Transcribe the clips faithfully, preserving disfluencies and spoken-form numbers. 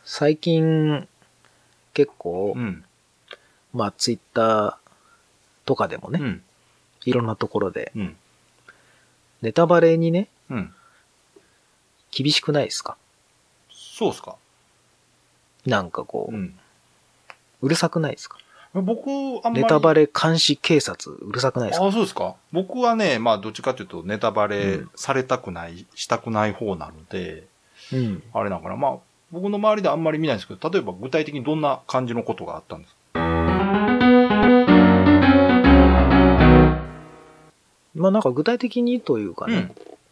最近結構、 うん、 まあツイッターとかでもね、 うん、 いろんなところで、 うん、 ネタバレにね、 うん。 厳しくないですか？ そうっすか。 なんかこう、 うん。 うるさくないですか？ 僕、あんまり。 ネタバレ監視警察、うるさくないですか？ ああ、そうですか。僕はね、まあ、どっちかというと、ネタバレうんされたくない、したくない方なので、 うん。 あれなのかな。まあ、僕の周りではあんまり見ないんですけど、例えば具体的にどんな感じのことがあったんですか？ まあなんか具体的にというかね、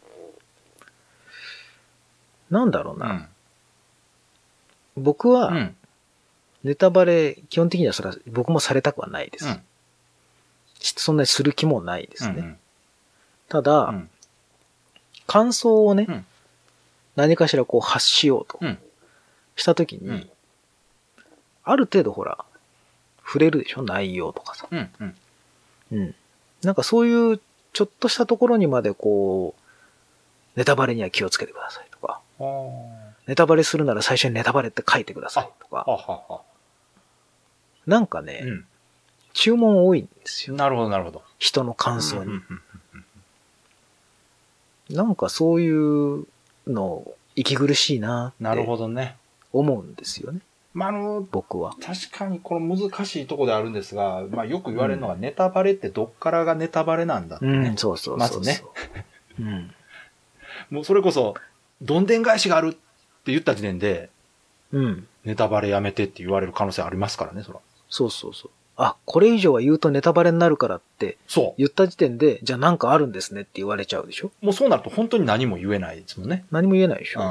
うん、なんだろうな。うん、僕は、うん、ネタバレ、基本的にはそれは僕もされたくはないです。うん、そんなにする気もないですね。うんうん、ただ、うん、感想をね、うん、何かしらこう発しようとしたときに、うん、ある程度ほら、触れるでしょ、内容とかさ。うんうんうん。なんかそういうちょっとしたところにまでこう、ネタバレには気をつけてくださいとか。ネタバレするなら最初にネタバレって書いてくださいとか。はははなんかね、うん、注文多いんですよ。 なるほどなるほど。 人の感想に。なんかそういうの息苦しいなって。なるほどね。思うんですよね。 まあ、あの、 僕は。 確かにこの難しいところであるんですが、まあよく言われるのが、ネタバレってどっからがネタバレなんだってね。 うん、そうそうそうそう。 まずね。 うん。 もうそれこそ、どんでん返しがあるって言った時点で、うん。ネタバレやめてって言われる可能性ありますからね、そら。 そうそうそう。あ、これ以上は言うとネタバレになるからって、そう。言った時点で、じゃあなんかあるんですねって言われちゃうでしょ？ もうそうなると本当に何も言えないですもんね。 何も言えないでしょ？うん。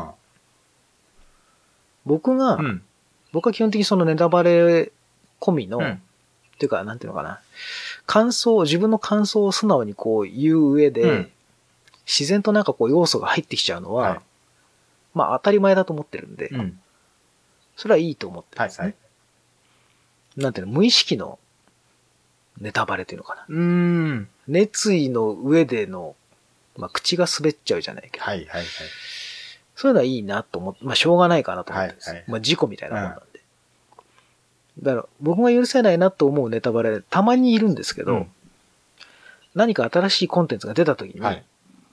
僕が、うん、僕は基本的にそのネタバレ込みの、うん、っていうか、なんていうのかな。感想、自分の感想を素直にこう言う上で、うん、自然となんかこう要素が入ってきちゃうのは、はい、まあ当たり前だと思ってるんで、うん、それはいいと思ってるんですね。はいはい、なんていうの、無意識のネタバレっていうのかな。うーん。熱意の上での、まあ口が滑っちゃうじゃないけど。はいはいはい。そういうのはいいなと思って、まあしょうがないかなと思ってるんです。はいはい、まあ事故みたいなもんなんで。うん、だから僕が許せないなと思うネタバレ、たまにいるんですけど、うん、何か新しいコンテンツが出た時に、はい、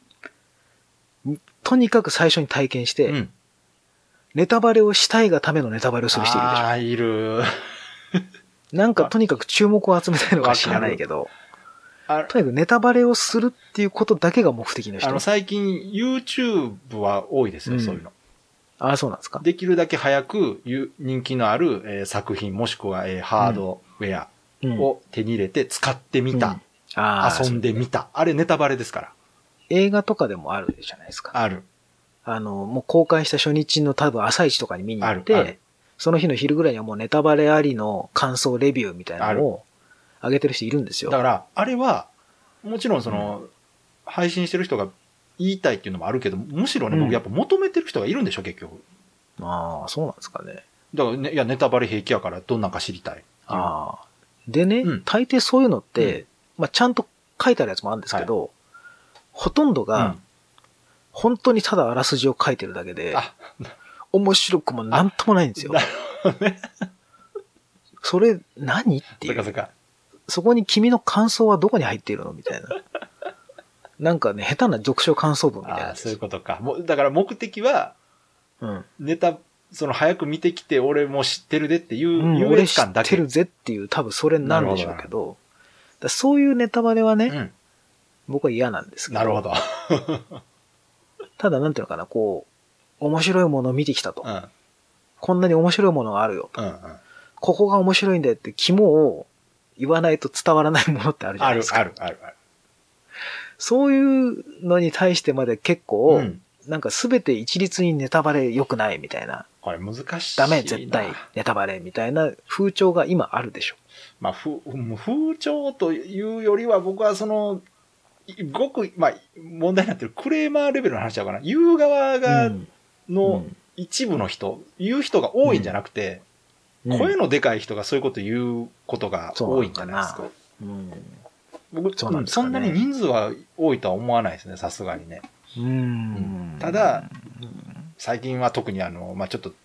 とにかく最初に体験して、うん、ネタバレをしたいがためのネタバレをする人いるでしょ。 ああ、いる。 なんかとにかく注目を集めたいのか知らないけど、とにかくネタバレをするっていうことだけが目的の人。 あの、最近 YouTube は多いですよ、うん、そういうの。 ああ、そうなんですか。 できるだけ早く人気のある、えー、作品もしくは、えー、ハードウェアを手に入れて使ってみた。うんうん、あ遊んでみた、ね。あれネタバレですから。 映画とかでもあるじゃないですか。 ある。 あの、もう公開した初日の多分朝一とかに見に行って、あるあるその日の昼ぐらいにはもうネタバレありの感想レビューみたいなのを上げてる人いるんですよ。 だから、あれは、もちろんその、うん、配信してる人が言いたいっていうのもあるけど、むしろね、うん、僕やっぱ求めてる人がいるんでしょ、結局。 ああ、そうなんですかね。 だからね、いや、ネタバレ平気やからどんなんか知りたい。 ああ。でね、うん、大抵そういうのって、うん、まあちゃんと書いてあるやつもあるんですけど、はい、ほとんどが、うん、本当にただあらすじを書いてるだけで、面白くもなんともないんですよ。なるほどね。それ何っていう。そかそか。そこに君の感想はどこに入っているのみたいな。なんかね、下手な読書感想文みたいな。 ああ、そういうことか。もう、だから目的は、うん。ネタ、その早く見てきて俺も知ってるでっていう、うん、優越感だけ。 俺知ってるぜっていう多分それなんでしょうけど、だそういうネタバレはね、うん、僕は嫌なんですけど。 なるほど。 ただなんていうのかな、こう、面白いものを見てきたと。うん、こんなに面白いものがあるよと。うんうん、ここが面白いんだよって肝を言わないと伝わらないものってあるじゃないですか。 ある、ある、ある、ある。 そういうのに対してまで結構、うん、なんかすべて一律にネタバレ良くないみたいな。 これ難しい。 ダメ、絶対ネタバレみたいな風潮が今あるでしょ。 まあ、風、風潮というよりは僕はその、ごく、まあ、問題になってるクレーマーレベルの話だから、言う側が、の一部の人、うん、言う人が多いんじゃなくて、うん、声のでかい人がそういうこと言うことが多いんじゃないですか。うん、僕そ ん, な、ね、そんなに人数は多いとは思わないですね、さすがにね。うん、ただ、最近は特にあの、まあ、ちょっと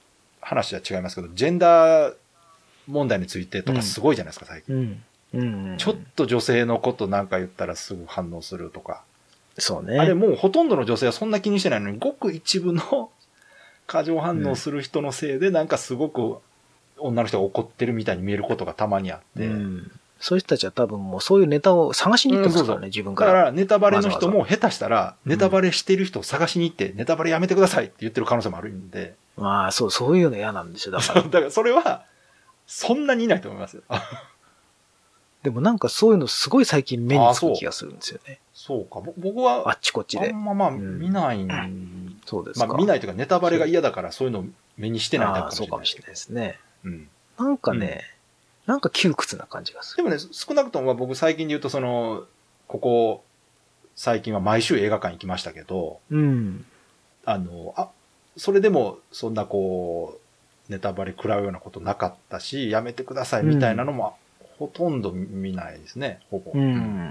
話は違いますけど、ジェンダー問題についてとかすごいじゃないですか、最近。 うんうんうん、 ちょっと女性のことなんか言ったらすぐ反応するとか。 そうね。 あれもうほとんどの女性はそんな気にしてないのに、ごく一部の過剰反応する人のせいでなんかすごく女の人が怒ってるみたいに見えることがたまにあって。うん、 そういう人たちは多分もうそういうネタを探しに行ってますからね、うん、そうそう自分から。 だからネタバレの人も下手したら、ネタバレしてる人を探しに行って、ネタバレやめてくださいって言ってる可能性もあるんで。 まあそう、そういうの嫌なんですよ。だから。 だからそれは、そんなにいないと思いますよ。 でもなんかそういうのすごい最近目につく気がするんですよね。 そうか。僕は、 あっちこっちで。 あんままあ見ないん、うん、 そうですか。 まあ見ないというかネタバレが嫌だからそういうのを目にしてないだけかもしれない。 そうかもしれないですね。 うん。 なんかね、うん、なんか窮屈な感じがする。 でもね、少なくとも僕最近で言うとその、ここ、最近は毎週映画館行きましたけど、 うん。 あの、あ、それでもそんなこう、ネタバレ食らうようなことなかったし、やめてくださいみたいなのも、ほとんど見ないですね、ほぼ。 うん。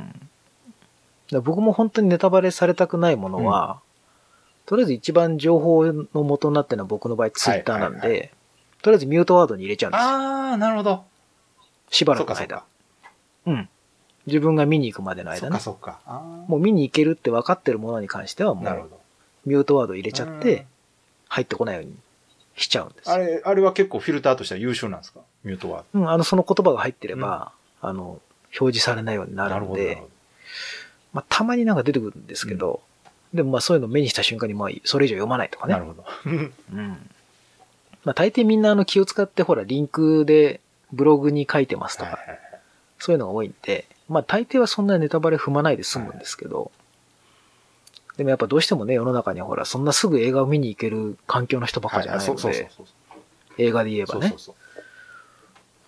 だ僕も本当にネタバレされたくないものは、うん、とりあえず一番情報の元になってるのは僕の場合ツイッターなんで、はいはいはい、とりあえずミュートワードに入れちゃうんですよ。 あー、なるほど。 しばらくの間。うん。自分が見に行くまでの間ね。 そっかそっか。 もう見に行けるって分かってるものに関してはもう、ミュートワード入れちゃって、入ってこないようにしちゃうんです。 あれ、あれは結構フィルターとしては優秀なんですか？ミュートワード。 うん、あの、その言葉が入ってれば、うん、あの、表示されないようになるので、まあ、たまになんか出てくるんですけど、うん、でもまあそういうのを目にした瞬間にまあそれ以上読まないとかね。 なるほど。うん。 まあ大抵みんなあの気を使ってほらリンクでブログに書いてますとか、はいはいはい、そういうのが多いんで、まあ大抵はそんなネタバレ踏まないで済むんですけど、はい、でもやっぱどうしてもね世の中にはほらそんなすぐ映画を見に行ける環境の人ばっかじゃないので、映画で言えばね。そうそうそう、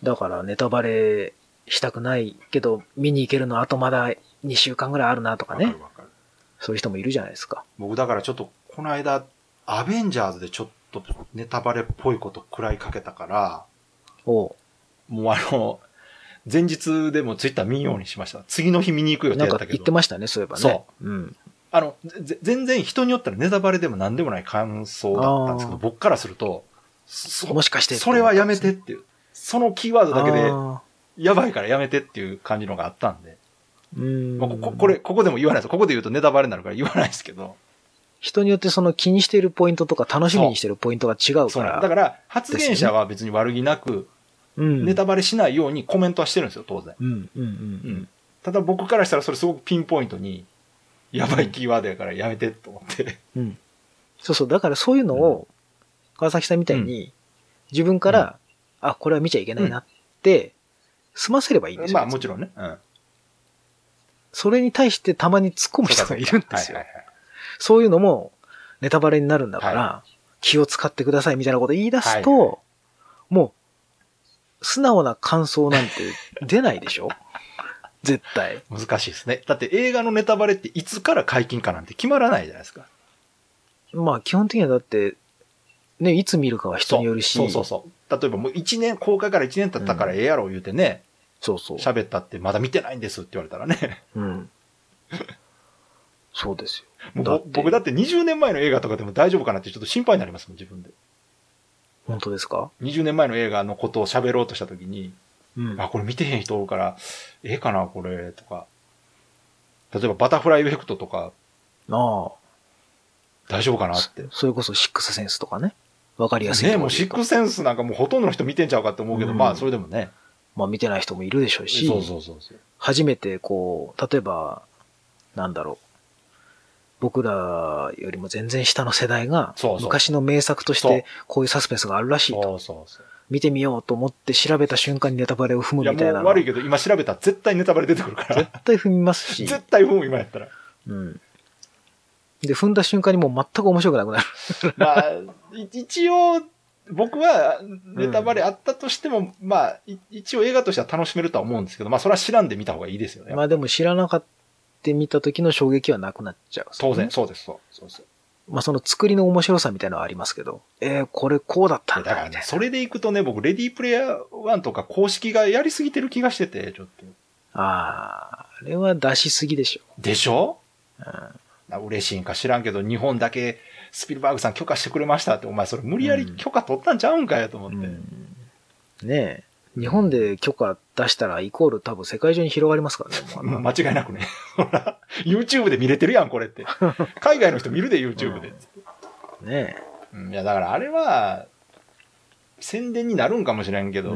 だからネタバレしたくないけど見に行けるのあとまだにしゅうかんぐらいあるなとかね。わかるわかる。そういう人もいるじゃないですか。 僕だからちょっとこの間アベンジャーズでちょっとネタバレっぽいこと食らいかけたから、おもうあの前日でもツイッター見んようにしました。次の日見に行く予定だったけど。 なんか言ってましたね、そういえばね。 そう。うん。あの全然人によったらネタバレでも何でもない感想だったんですけど、僕からするともしかしてそれはやめてっていう、そのキーワードだけでやばいからやめてっていう感じのがあったんで。うん、まあ、こ, これ、ここでも言わないです。ここで言うとネタバレになるから言わないですけど。 人によってその気にしているポイントとか楽しみにしているポイントが違うから。そうだから発言者は別に悪気なく、ネタバレしないようにコメントはしてるんですよ、当然。うんうんうんうん、ただ僕からしたらそれすごくピンポイントに、やばいキーワードやからやめてと思って。うん、 そうそう、だからそういうのを、川崎さんみたいに、自分から、うん、あ、これは見ちゃいけないなって、済ませればいいんですよ。 まあもちろんね。うん、 それに対してたまに突っ込む人がいるんですよ。はいはいはい、そういうのもネタバレになるんだから、はい、気を使ってくださいみたいなこと言い出すと、はいはい、もう、素直な感想なんて出ないでしょ絶対。 難しいですね。だって映画のネタバレっていつから解禁かなんて決まらないじゃないですか。 まあ基本的にはだって、ね、いつ見るかは人によるし。 そうそうそう。例えばもう一年、公開から一年経ったからええやろ言うてね。うんそうそう。 喋ったってまだ見てないんですって言われたらね。うん。 そうですよ。もう僕だってにじゅうねんまえの映画とかでも大丈夫かなってちょっと心配になりますもん、自分で。 本当ですか ? にじゅう 年前の映画のことを喋ろうとしたときに、うん、あ、これ見てへん人おるから、ええかな、これ、とか。例えばバタフライエフェクトとか。ああ。大丈夫かなって。 それこそシックスセンスとかね。わかりやすい。 ね、もうシックスセンスなんかもうほとんどの人見てんちゃうかって思うけど、うん、まあそれでもね。 まあ見てない人もいるでしょうし、 そうそうそうそう。 初めてこう、例えば、なんだろう。僕らよりも全然下の世代が、昔の名作としてこういうサスペンスがあるらしいと。そうそうそう。見てみようと思って調べた瞬間にネタバレを踏むみたいな。いやもう悪いけど、今調べたら絶対ネタバレ出てくるから。 絶対踏みますし。 絶対踏む今やったら。 うん。で、踏んだ瞬間にもう全く面白くなくなる。 まあ、一応、僕はネタバレあったとしても、うん、まあ、一応映画としては楽しめるとは思うんですけど、まあそれは知らんで見た方がいいですよね。 まあでも知らなかった見た時の衝撃はなくなっちゃう、ね。 当然、そうです、そう。そうそうまあその作りの面白さみたいなのはありますけど、えー、これこうだったんだ。 だからね、それでいくとね、僕、レディープレイヤーワンとか公式がやりすぎてる気がしてて、ちょっと。 ああ、あれは出しすぎでしょ。 でしょ、うん、嬉しいんか知らんけど、日本だけスピルバーグさん許可してくれましたって、お前それ無理やり許可取ったんちゃうんかよと思って。うん、 ねえ。日本で許可出したらイコール多分世界中に広がりますからね。 間違いなくね。ほら、YouTube で見れてるやん、これって。海外の人見るで、YouTube で。 うん、ねえ。いや、だからあれは、宣伝になるんかもしれんけど、うん、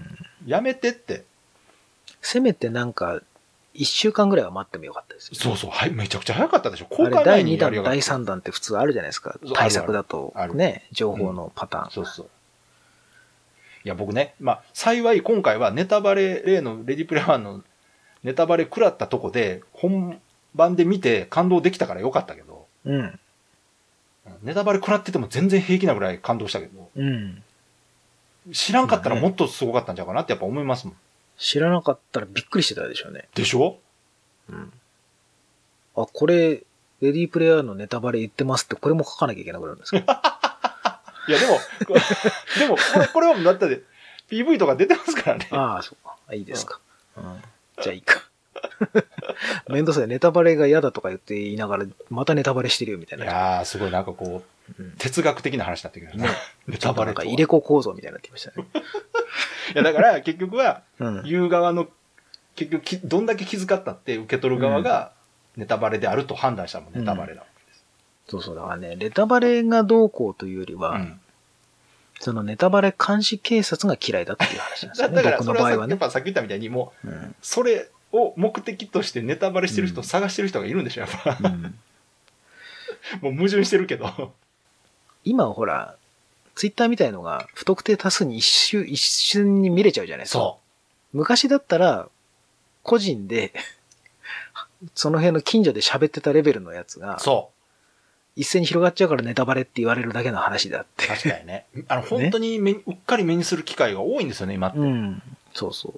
やめてって。 せめてなんか、一週間ぐらいは待ってもよかったですよ、ね。 そうそう、はい、めちゃくちゃ早かったでしょ。 公開前にだいにだん、だいさんだんって普通あるじゃないですか。対策だと。 あるあるね、情報のパターン、うん。 そうそう。いや、僕ね、まあ、幸い今回はネタバレ、例のレディプレイワンのネタバレ食らったとこで、本番で見て感動できたからよかったけど、 うん。 ネタバレ食らってても全然平気なぐらい感動したけど、 うん。 知らんかったらもっとすごかったんちゃうかなってやっぱ思いますもん。 知らなかったらびっくりしてたでしょうね。 でしょ？ うん。あ、これ、レディープレイヤーのネタバレ言ってますって、これも書かなきゃいけなくなるんですか？ いや、でも、でも、これ、これはだったで、ピーブイ とか出てますからね。 ああ、そうか。いいですか。うん。じゃあいいか。めんどくさい。ネタバレが嫌だとか言って言いながら、またネタバレしてるよみたいな。 いやー、すごいなんかこう、うん、哲学的な話になってくるね。 ネタバレとか入れ子構造みたいになってきましたね。 いや、だから結局は、言う側の、結局き、どんだけ気遣ったって受け取る側がネタバレであると判断したもん、ネタバレだ。 そうそう、だからね、ネタバレがどうこうというよりは、うん、そのネタバレ監視警察が嫌いだっていう話なんですよね。 だから僕の場合はね。やっぱさっき言ったみたいに、もう、うん、それを目的としてネタバレしてる人を探してる人がいるんでしょ、やっぱ。うん、もう矛盾してるけど。 今ほら、ツイッターみたいのが不特定多数に一瞬、一瞬に見れちゃうじゃないですか。そう。昔だったら、個人で、その辺の近所で喋ってたレベルのやつが、そう。一斉に広がっちゃうからネタバレって言われるだけの話であって。 確かにね。あの、本当に目、ね、うっかり目にする機会が多いんですよね、今って。 うん。そうそう。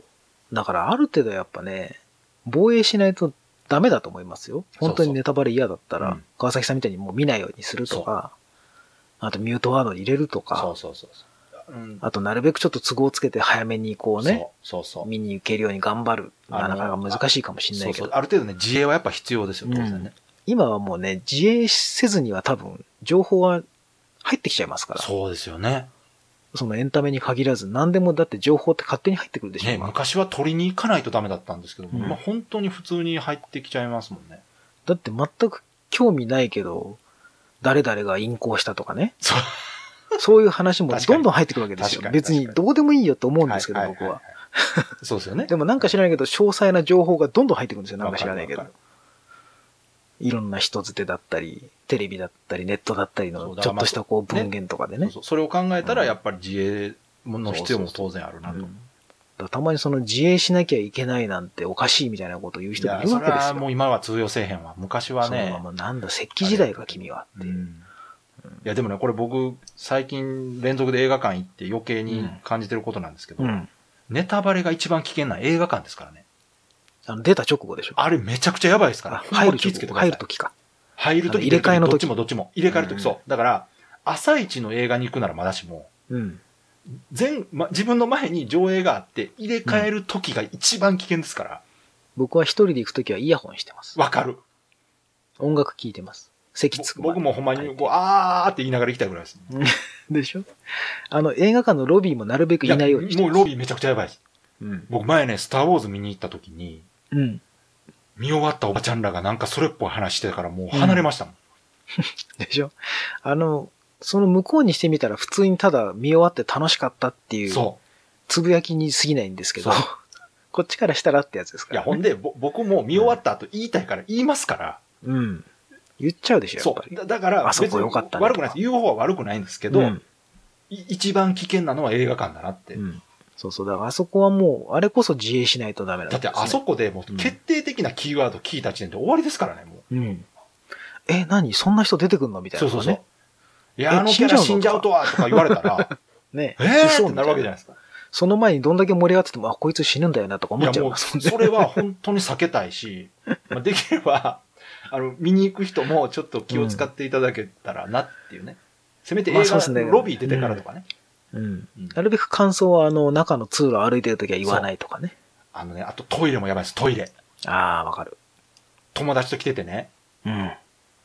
だからある程度やっぱね、防衛しないとダメだと思いますよ。本当にネタバレ嫌だったら、そうそう、川崎さんみたいにもう見ないようにするとか、あとミュートワード入れるとか、そうそうそうそう、うん、あとなるべくちょっと都合つけて早めにこうね、そうそうそう、見に行けるように頑張る。なかなか難しいかもしれないけど。 そうそう、ある程度ね、自衛はやっぱ必要ですよ、当然ね。うん、 今はもうね、自衛せずには多分、情報は入ってきちゃいますから。 そうですよね。 そのエンタメに限らず、何でもだって情報って勝手に入ってくるでしょ。 ね、昔は取りに行かないとダメだったんですけど、うん、今本当に普通に入ってきちゃいますもんね。 だって全く興味ないけど、誰々が淫行したとかね。そう。そういう話もどんどん入ってくるわけですよ。別にどうでもいいよと思うんですけど、僕は。 そうですよね。 でもなんか知らないけど、詳細な情報がどんどん入ってくるんですよ。なんか知らないけど。いろんな人づてだったり、テレビだったり、ネットだったりの、ちょっとしたこう文言とかでね。 そうそう、それを考えたら、やっぱり自衛の必要も当然あるなと。 たまにその自衛しなきゃいけないなんておかしいみたいなことを言う人もいるわけですよ。 いや、それはもう今は通用せえへんわ。昔はね。 そのままなんだ、石器時代か君はっていう。うんうん、いや、でもね、これ僕、最近連続で映画館行って余計に感じてることなんですけど、うんうん、ネタバレが一番危険な映画館ですからね。 あの出た直後でしょ。 あれめちゃくちゃやばいですから。 入る時入る時か。 入る時入れ替えの時。 どっちもどっちも。入れ替える時、うん、そう。だから、朝一の映画に行くならまだしも、うん、全、ま、自分の前に上映があって、入れ替える時が一番危険ですから。うん、 僕は一人で行く時はイヤホンしてます。 わかる。 音楽聴いてます。席つくまで。 僕もほんまにこう、あーって言いながら行きたいぐらいです、ね。 でしょ？あの、映画館のロビーもなるべくいないようにしてます。 もうロビーめちゃくちゃやばいです。うん、僕前ね、スターウォーズ見に行った時に、うん、見終わったおばちゃんらがなんかそれっぽい話してたからもう離れましたもん。 うん、でしょ？あの、その向こうにしてみたら普通にただ見終わって楽しかったっていう、そう。つぶやきに過ぎないんですけど、こっちからしたらってやつですから、ね。 いや、ほんで、僕も見終わった後言いたいから言いますから。 うん。言っちゃうでしょ、やっぱり。 そう。だから、 あそこ良かったね。悪くないです。言う方は悪くないんですけど、うん、一番危険なのは映画館だなって。うん、 そうそう。だからあそこはもう、あれこそ自衛しないとダメなんです、ね。 だってあそこでもう決定的なキーワード聞いた時点で終わりですからね、もう。うん。 え、何そんな人出てくんのみたいな、ね。そうそうそう。 いや、あのキャラ死んじゃうとはとか言われたら、ねえ、えー、ってなるわけじゃないですか。 その前にどんだけ盛り上がってても、あ、こいつ死ぬんだよなとか思っちゃいますもんね。それは本当に避けたいし、まあ、できれば、あの、見に行く人もちょっと気を使っていただけたらなっていうね。うん、せめて映画のロビー出てからとかね。 うん。うんうん、なるべく感想は、あの、中の通路歩いてるときは言わないとかね。 あのね、あとトイレもやばいです、トイレ。 ああ、わかる。 友達と来ててね。うん。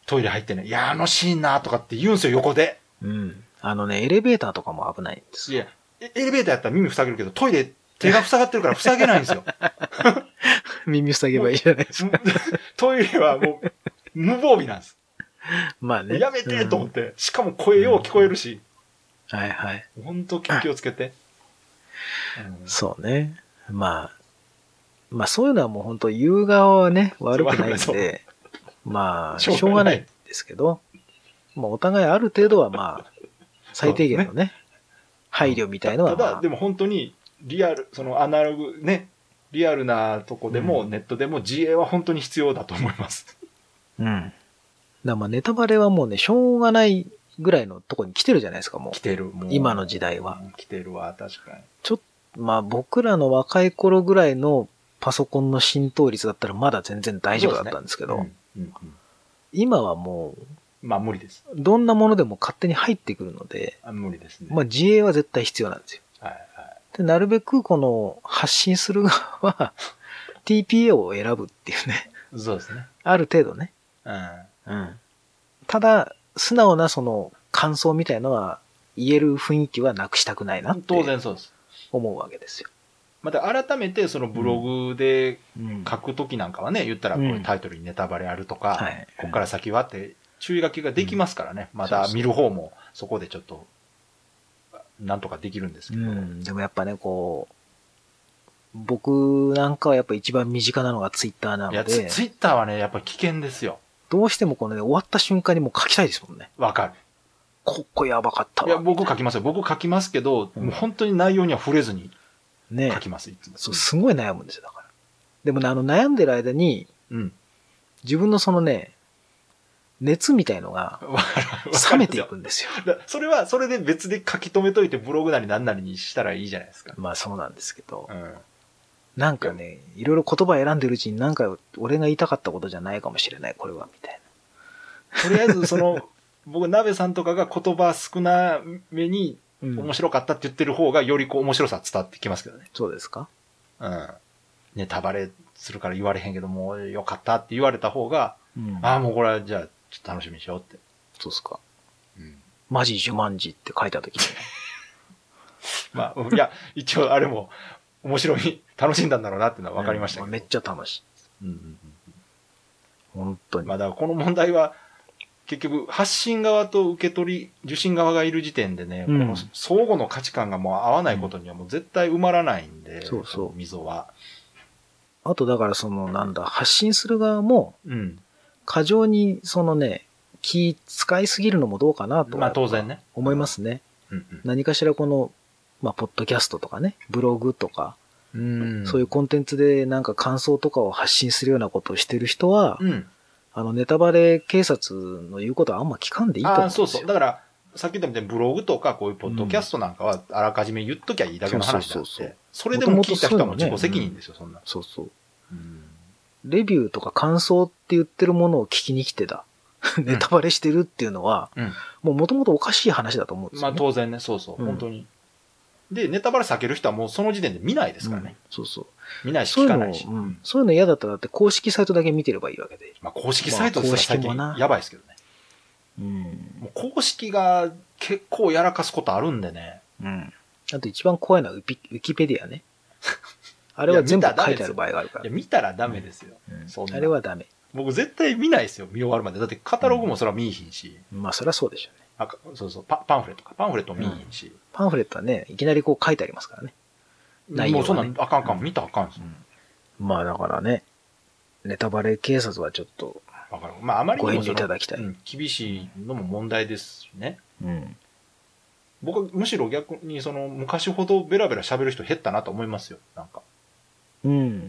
トイレ入ってね、いや、あのシーンなとかって言うんすよ、横で。 うん。あのね、エレベーターとかも危ないんですよ。いや、エレベーターやったら耳塞げるけど、トイレ手が塞がってるから塞げないんですよ。 耳塞げばいいじゃないですか。 トイレはもう、無防備なんです。 まあね。 やめてと思って、うん、しかも声よう聞こえるし。 うん、はいはい。 ほんと気をつけて。 うん、そうね。まあ、まあそういうのはもう本当言う側はね、悪くないんで、まあ、しょうがないですけど、まあお互いある程度はまあ、最低限のね、ね配慮みたいのは、まあ、 ただ、でも本当に、リアル、そのアナログ、ね、リアルなとこでも、ネットでも自衛は本当に必要だと思います。 うん。だまあネタバレはもうね、しょうがないぐらいのとこに来てるじゃないですか、もう。 来てる。もう今の時代は。 来てるわ、確かに。 ちょっと、まあ僕らの若い頃ぐらいのパソコンの浸透率だったらまだ全然大丈夫だったんですけど、ねうんうんうん、今はもう、 まあ無理です。 どんなものでも勝手に入ってくるので、 あ無理ですね。 まあ自衛は絶対必要なんですよ。 はいはい。 で、なるべくこの発信する側は ティーピーエー を選ぶっていうね。 そうですね。 ある程度ね。 うん。 うん。ただ、素直なその感想みたいのは言える雰囲気はなくしたくないなって。 当然そうです。 思うわけですよ。 また改めてそのブログで書くときなんかはね、うん、言ったらこうタイトルにネタバレあるとか、うんはい、ここから先はって注意書きができますからね。うん、また見る方もそこでちょっと、なんとかできるんですけど。うん、 でもやっぱね、こう、僕なんかはやっぱ一番身近なのがツイッターなので。いや、 ツイッターはね、やっぱ危険ですよ。 どうしてもこのね、終わった瞬間にもう書きたいですもんね。 わかる。 ここやばかったわ。 いや、僕書きますよ。僕書きますけど、うん、もう本当に内容には触れずに。ね、書きます、いつも。 そう、すごい悩むんですよ、だから。でもね、あの悩んでる間に、うん、自分のそのね、熱みたいのが、冷めていくんですよ。 それは、それで別で書き留めといてブログなり何なりにしたらいいじゃないですか。 まあそうなんですけど、うん、なんかね、いろいろ言葉選んでるうちになんか俺が言いたかったことじゃないかもしれない、これは、みたいな。とりあえず、その、僕、鍋さんとかが言葉少なめに、面白かったって言ってる方がよりこう面白さ伝わってきますけどね。 そうですか？ うん。ネタバレするから言われへんけどもよかったって言われた方が、うん、ああもうこれはじゃあちょっと楽しみにしようって。 そうですか。うん。マジ呪文字って書いたときに。 まあ、いや、一応あれも面白い、楽しんだんだろうなっていうのは分かりましたけど。 うん、めっちゃ楽しい。うんうんうん。本当に。 まあだからこの問題は、結局、発信側と受け取り、受信側がいる時点でね、うん、この相互の価値観がもう合わないことにはもう絶対埋まらないんで、うん、そうそう。溝は。 あとだからそのなんだ、発信する側も、過剰にそのね、気使いすぎるのもどうかなと。 まあ当然ね。 思いますね。うんうん、何かしらこの、まあ、ポッドキャストとかね、ブログとか、うん、そういうコンテンツでなんか感想とかを発信するようなことをしてる人は、うんあの、ネタバレ警察の言うことはあんま聞かんでいいと思うんですよ。ああ、そうそう。 だから、さっき言ったみたいにブログとかこういうポッドキャストなんかはあらかじめ言っときゃいいだけの話であって、それでも聞いた人はもう自己責任ですよ、そんな。 そうそう。うん、レビューとか感想って言ってるものを聞きに来てた。ネタバレしてるっていうのは、うん、もう元々おかしい話だと思うんですよ、ね。 まあ当然ね、そうそう、うん、本当に。で、ネタバレ避ける人はもうその時点で見ないですからね。うん、 そうそう。 見ないし聞かないし。 そういうの、うん、そういうの嫌だったらだって公式サイトだけ見てればいいわけで。 まあ公式サイトですら最近やばいですけどね。うん。もう公式が結構やらかすことあるんでね。 うん。あと一番怖いのはウィウィキペディアね。あれは全部書いてある場合があるから。 いや、見たらダメですよ。 うんうん、そんなあれはダメ。 僕絶対見ないですよ、見終わるまで。だってカタログもそれは見いひんし。 うん、まあそれはそうでしょうね。 あそうそうパ、パンフレットか。パンフレットも見いひんし、うん。 パンフレットはね、いきなりこう書いてありますからね。 内容はね、もうそんなんあかんかん、見たらあかんすよ、 うん。まあだからね、ネタバレ警察はちょっと、 わかる。まああまりにもご遠慮いただきたい、 うん。厳しいのも問題ですしね。うん。僕はむしろ逆にその昔ほどベラベラ喋る人減ったなと思いますよ、なんか。 うん。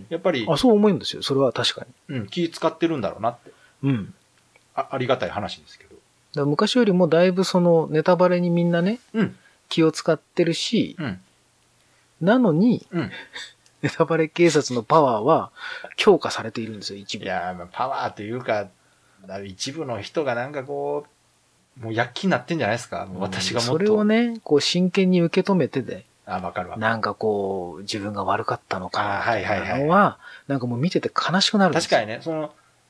やっぱり。 あ、そう思うんですよ。それは確かに。うん、気使ってるんだろうなって。うん。あ、ありがたい話ですけど。だから昔よりもだいぶそのネタバレにみんなね、うん、気を使ってるし、うん、なのに、うん、ネタバレ警察のパワーは強化されているんですよ、一部。 いや、まあ、パワーというか、一部の人がなんかこう、もう躍起になってんじゃないですか、もう私がもっと、うん。 それをね、こう真剣に受け止めてで、 あ、わかるわかる。 なんかこう、自分が悪かったのかな、はいはいはい。のは、なんかもう見てて悲しくなるんですよ。 確かにね、その、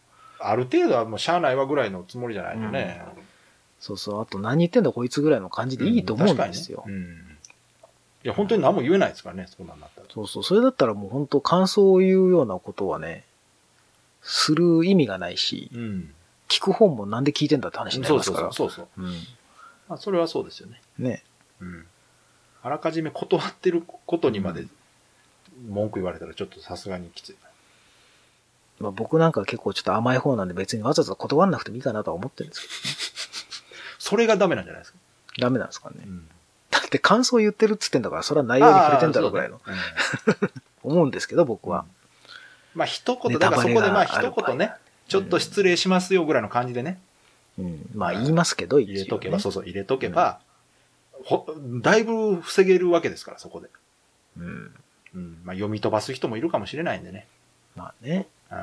ある程度はもうしゃあないわぐらいのつもりじゃないとね。 うん、そうそう。あと何言ってんだこいつぐらいの感じでいいと思うんですよ。 うん、確かにね。うん。いや、本当に何も言えないですからね、そんなんなったら。 そうそう。それだったらもう本当感想を言うようなことはね、する意味がないし、うん、聞く本もなんで聞いてんだって話になりますから。 そうそうそうそう。うん。まあ、それはそうですよね。 ね。 うん。あらかじめ断ってることにまで文句言われたらちょっとさすがにきつい。 まあ、僕なんかは結構ちょっと甘い方なんで別にわざわざ断らなくてもいいかなとは思ってるんですけどね。 それがダメなんじゃないですか。 ダメなんですかね。うん、だって感想言ってるっつってんだから、それは内容に触れてんだろうぐらいの、ねうん、思うんですけど、僕は。うん、 まあ一言、だからそこでまあ一言ね、ちょっと失礼しますよぐらいの感じでね。 うん、まあ言いますけど、 一応ね、入れとけば、そうそう、入れとけば、うん、ほだいぶ防げるわけですから、そこで。うん。うん。まあ読み飛ばす人もいるかもしれないんでね。 まあね。うん。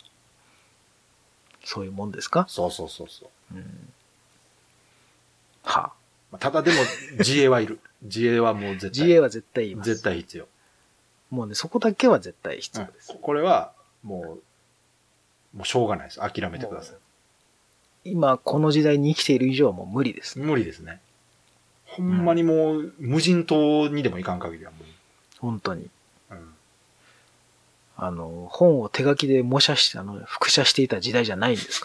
そういうもんですか？ そうそうそうそう。うん。 はあ。ただでも、自衛はいる。自衛はもう絶対。 自衛は絶対言います。 絶対必要。 もうね、そこだけは絶対必要です。 うん、これは、もう、もうしょうがないです。諦めてください。 今、この時代に生きている以上はもう無理です、 ね。無理ですね。ほんまにもう、うん、無人島にでもいかん限りはもう。 本当に。うん。あの、本を手書きで模写して、あの、複写していた時代じゃないんですから。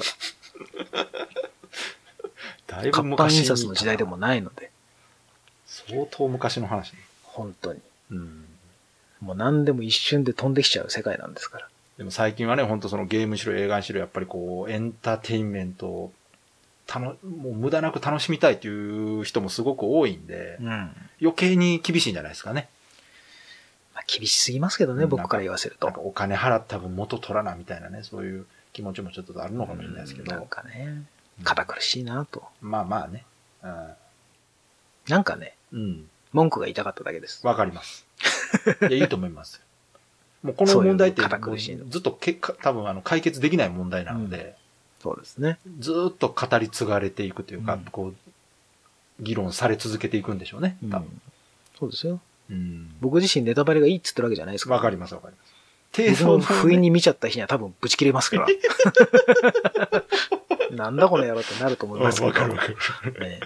だいぶ昔に。活版印刷の時代でもないので。 相当昔の話ね。 本当に。うん。もう何でも一瞬で飛んできちゃう世界なんですから。 でも最近はね、本当そのゲームしろ映画にしろ、やっぱりこう、エンターテインメントを、たの、もう無駄なく楽しみたいという人もすごく多いんで、うん、余計に厳しいんじゃないですかね。 まあ、厳しすぎますけどね、僕から言わせると。 なんかお金払った分元取らなみたいなね、そういう気持ちもちょっとあるのかもしれないですけど。 なんかね、堅苦しいなと。 うん、まあまあね。うん、 なんかね、うん、文句が言いたかっただけです。 わかります。いや、いいと思いますよ。もうこの問題ってずっと結果、多分あの解決できない問題なので、うん、 そうですね。 ずっと語り継がれていくというか、うん、こう、議論され続けていくんでしょうね、多分。うん、 そうですよ。うん、僕自身ネタバレがいいっつってるわけじゃないですから、 ね。わかりますわかります。 僕の不意に見ちゃった日には多分ブチ切れますから。なんだこの野郎ってなると思いますけど。 わかるわかる。ね、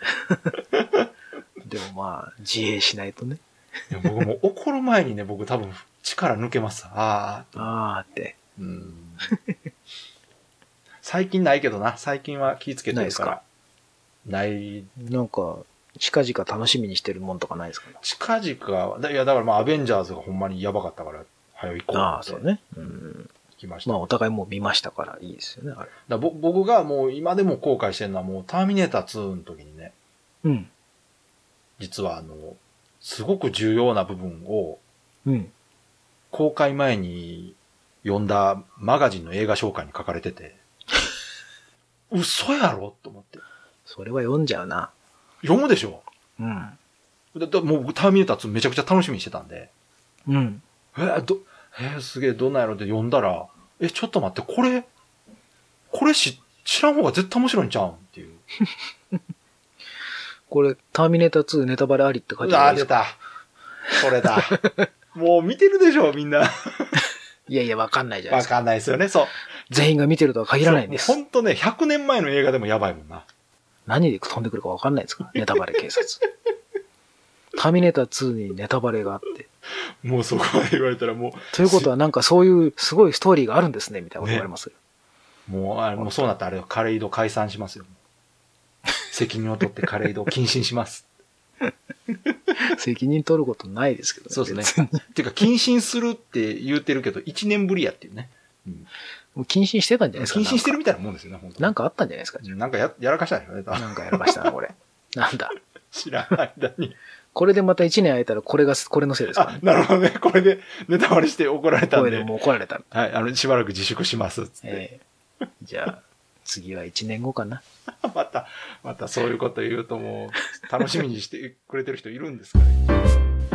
でもまあ、自衛しないとね。 いや僕も怒る前にね、僕多分力抜けます。あーあーって。 うん、最近ないけどな。最近は気ぃつけてるから。ない。 なんか、近々楽しみにしてるもんとかないですかね。 近々、いやだからまあアベンジャーズがほんまにやばかったから、早い行こうって。 ああ、そうね。うん。 来ました。 まあお互いもう見ましたからいいですよね、あれ。 だぼ僕がもう今でも後悔してるのはもうターミネーターツーの時にね。うん。実はあの、すごく重要な部分を、うん。公開前に読んだマガジンの映画紹介に書かれてて、嘘やろと思って。 それは読んじゃうな。 読むでしょ。うん。だだもう僕ターミネーターツーめちゃくちゃ楽しみにしてたんで。うん。えー、ど、えー、すげえどんなんやろって読んだら、え、ちょっと待って、これ、これし、知らん方が絶対面白いんちゃうんっていう。 これ、ターミネーターツーネタバレありって書いてあるんですか？ あ、出た。それだ。もう見てるでしょ、みんな。 いやいや、わかんないじゃないですか。 わかんないですよね、そう。 全員が見てるとは限らないんです。 ほんとね、ひゃくねんまえの映画でもやばいもんな。 何で飛んでくるかわかんないですから、ネタバレ警察。ターミネーターツーにネタバレがあって。 もうそこまで言われたらもう。 ということはなんかそういうすごいストーリーがあるんですね、みたいなこと言われますよ。 ね、もう、あれ、もうそうなったらあれ、カレイド解散しますよ。責任を取ってカレイドを謹慎します。 責任取ることないですけどね。 そうですね。っていうか、謹慎するって言ってるけど、いちねんぶりやっていうね。うん、 もう謹慎してたんじゃないですか。 謹慎してるみたいなもんですよね、本当に。 なんかあったんじゃないですか。 なんかや、やらかしたんでしょうね。 なんかやらかしたな、これ。なんだ。 知らない間に。 これでまたいちねん空いたら、これが、これのせいですか、ね。 あ、なるほどね。これでネタバレして怒られたんで。 これでもう怒られた。 はい。あの、しばらく自粛します。つって。 えー、じゃあ、次はいちねんごかな。 また、またそういうこと言うともう、楽しみにしてくれてる人いるんですかね。